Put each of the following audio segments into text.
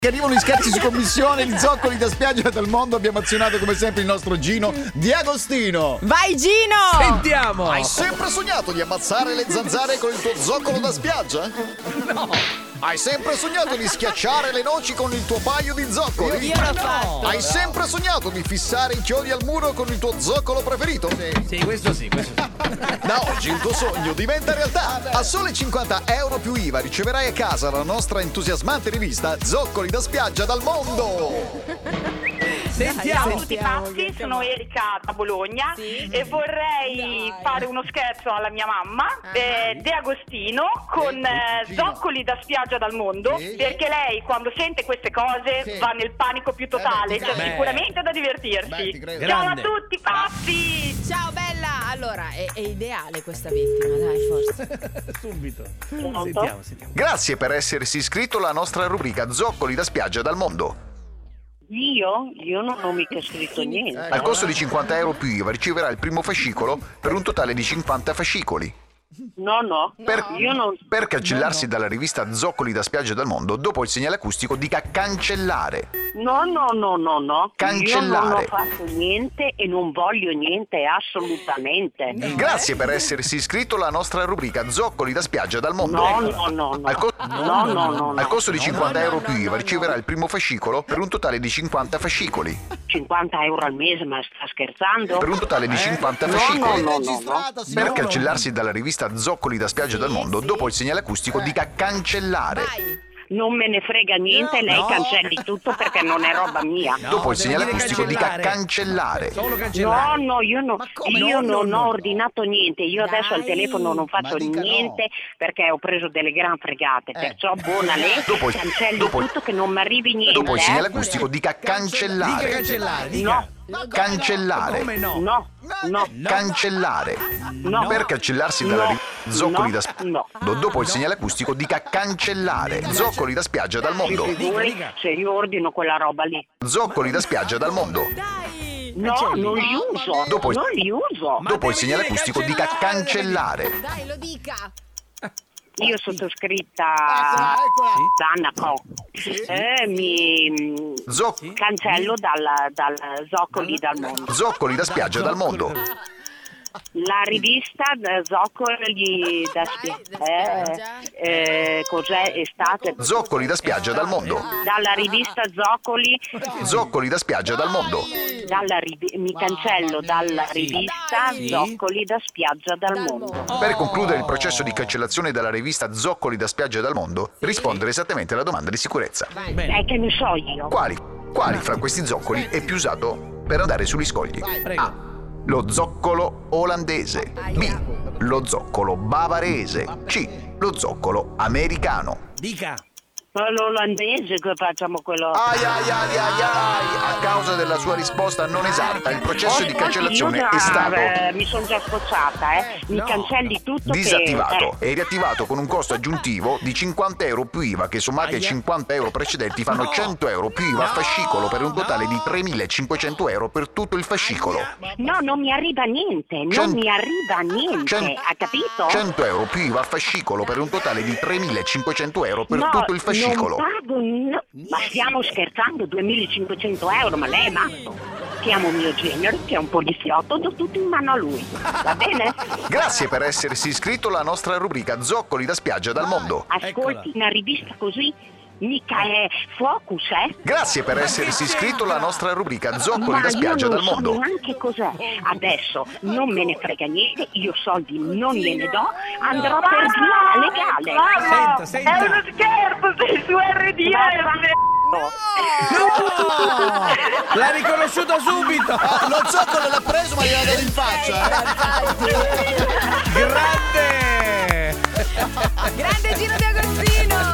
Che arrivano gli scherzi su commissione, gli zoccoli da spiaggia dal mondo. Abbiamo azionato come sempre il nostro Gino Di Agostino. Vai Gino! Sentiamo! Hai sempre sognato di ammazzare le zanzare con il tuo zoccolo da spiaggia? No! Hai sempre sognato di schiacciare le noci con il tuo paio di zoccoli? Io l'ho fatto. Hai sempre sognato di fissare i chiodi al muro con il tuo zoccolo preferito? Sì, questo sì. Da oggi il tuo sogno diventa realtà. A sole 50 euro più IVA riceverai a casa la nostra entusiasmante rivista Zoccoli da spiaggia dal mondo. Sentiamo! Ciao a tutti pazzi, sono Erika da Bologna e vorrei fare uno scherzo alla mia mamma, De Agostino, con zoccoli da spiaggia dal mondo, perché lei quando sente queste cose va nel panico più totale, c'è sicuramente da divertirsi. Ciao a Grande. tutti pazzi! Ciao bella! Allora, è ideale questa vittima, dai, forse. Subito. Pronto? Sentiamo. Grazie per essersi iscritto alla nostra rubrica Zoccoli da spiaggia dal mondo. Io non ho mica scritto niente. Al costo di 50 euro più IVA riceverà il primo fascicolo per un totale di 50 fascicoli. No, io non. Per cancellarsi dalla rivista Zoccoli da spiaggia dal mondo, dopo il segnale acustico dica cancellare. No. Cancellare. Io non ho fatto niente e non voglio niente, assolutamente. Grazie per essersi iscritto alla nostra rubrica Zoccoli da spiaggia dal mondo. No. Al costo di 50 euro più IVA riceverà il primo fascicolo per un totale di 50 fascicoli. 50 euro al mese, ma sta scherzando? Per un totale di 50 fascicoli. No. Per cancellarsi dalla rivista Zoccoli da spiaggia dal mondo, dopo il segnale acustico dica cancellare. Vai! Non me ne frega niente, lei cancelli tutto perché non è roba mia. Dopo il segnale deve acustico dica cancellare. cancellare. Solo cancellare. Io non ho ordinato niente, io adesso al telefono non faccio niente perché ho preso delle gran fregate, perciò buona lei, cancelli tutto che non mi arrivi niente. Dopo il segnale acustico dica Dica cancellare. cancellare, dica. Cancellare. Come no? No. Cancellare. No. Per cancellarsi dalla rivista Zoccoli da spiaggia No. dopo il segnale acustico dica cancellare. Zoccoli da spiaggia dal mondo. Dica. Se io ordino quella roba lì. Zoccoli da spiaggia dal mondo. Dai! No, non li uso. Dopo- Non li uso. Dopo il segnale acustico dica cancellare. Dai, lo dica! Io sottoscritta da Anna Co. Mi cancello dal Zoccoli dal mondo. Zoccoli da spiaggia dal mondo. La rivista Zoccoli da cos'è? Estate? Zoccoli da spiaggia dal mondo. Dalla rivista Zoccoli, Zoccoli da spiaggia dal mondo. mi cancello dalla rivista Zoccoli da spiaggia dal mondo. Per concludere il processo di cancellazione dalla rivista Zoccoli da spiaggia dal mondo, rispondere esattamente alla domanda di sicurezza. Che ne so io? Quali fra questi zoccoli è più usato per andare sugli scogli? Prego. A. Lo zoccolo olandese. B. Lo zoccolo bavarese. C. Lo zoccolo americano. Dica. L'olandese che facciamo quello. Ai. A causa della sua risposta non esatta, il processo di cancellazione è stato mi sono già scocciata, Mi cancelli tutto disattivato e riattivato con un costo aggiuntivo di 50 euro più IVA che sommati ai 50 euro precedenti fanno 100 euro più IVA a fascicolo per un totale di 3.500 euro per tutto il fascicolo. No, non mi arriva niente, ha capito? 100 euro più IVA a fascicolo per un totale di 3.500 euro per tutto il fascicolo. Non pago, ma stiamo scherzando, 2.500 euro, ma lei è matto. Chiamo mio genero, che è un poliziotto, do tutto in mano a lui, va bene? Grazie per essersi iscritto alla nostra rubrica Zoccoli da spiaggia dal mondo. Ascolti, una rivista così mica è Focus, Grazie per essersi iscritto alla nostra rubrica Zoccoli da spiaggia dal mondo. Ma io non so neanche cos'è. Adesso non me ne frega niente, io soldi non gliene do, andrò per via legale. Senta. È uno scherzo, sei su RDS! No! L'ha riconosciuto subito! Lo zoccolo l'ha preso ma gliel'ha dato in faccia. Grande! Grande Gino Di Agostino!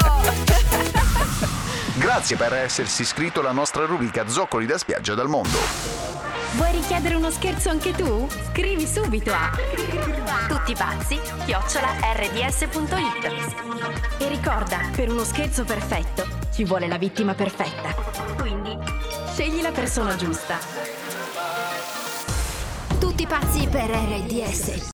Grazie per essersi iscritto alla nostra rubrica Zoccoli da spiaggia dal mondo. Vuoi richiedere uno scherzo anche tu? Scrivi subito a tuttipazzi@rds.it. E ricorda, per uno scherzo perfetto ci vuole la vittima perfetta. Quindi scegli la persona giusta. Tutti pazzi per RDS.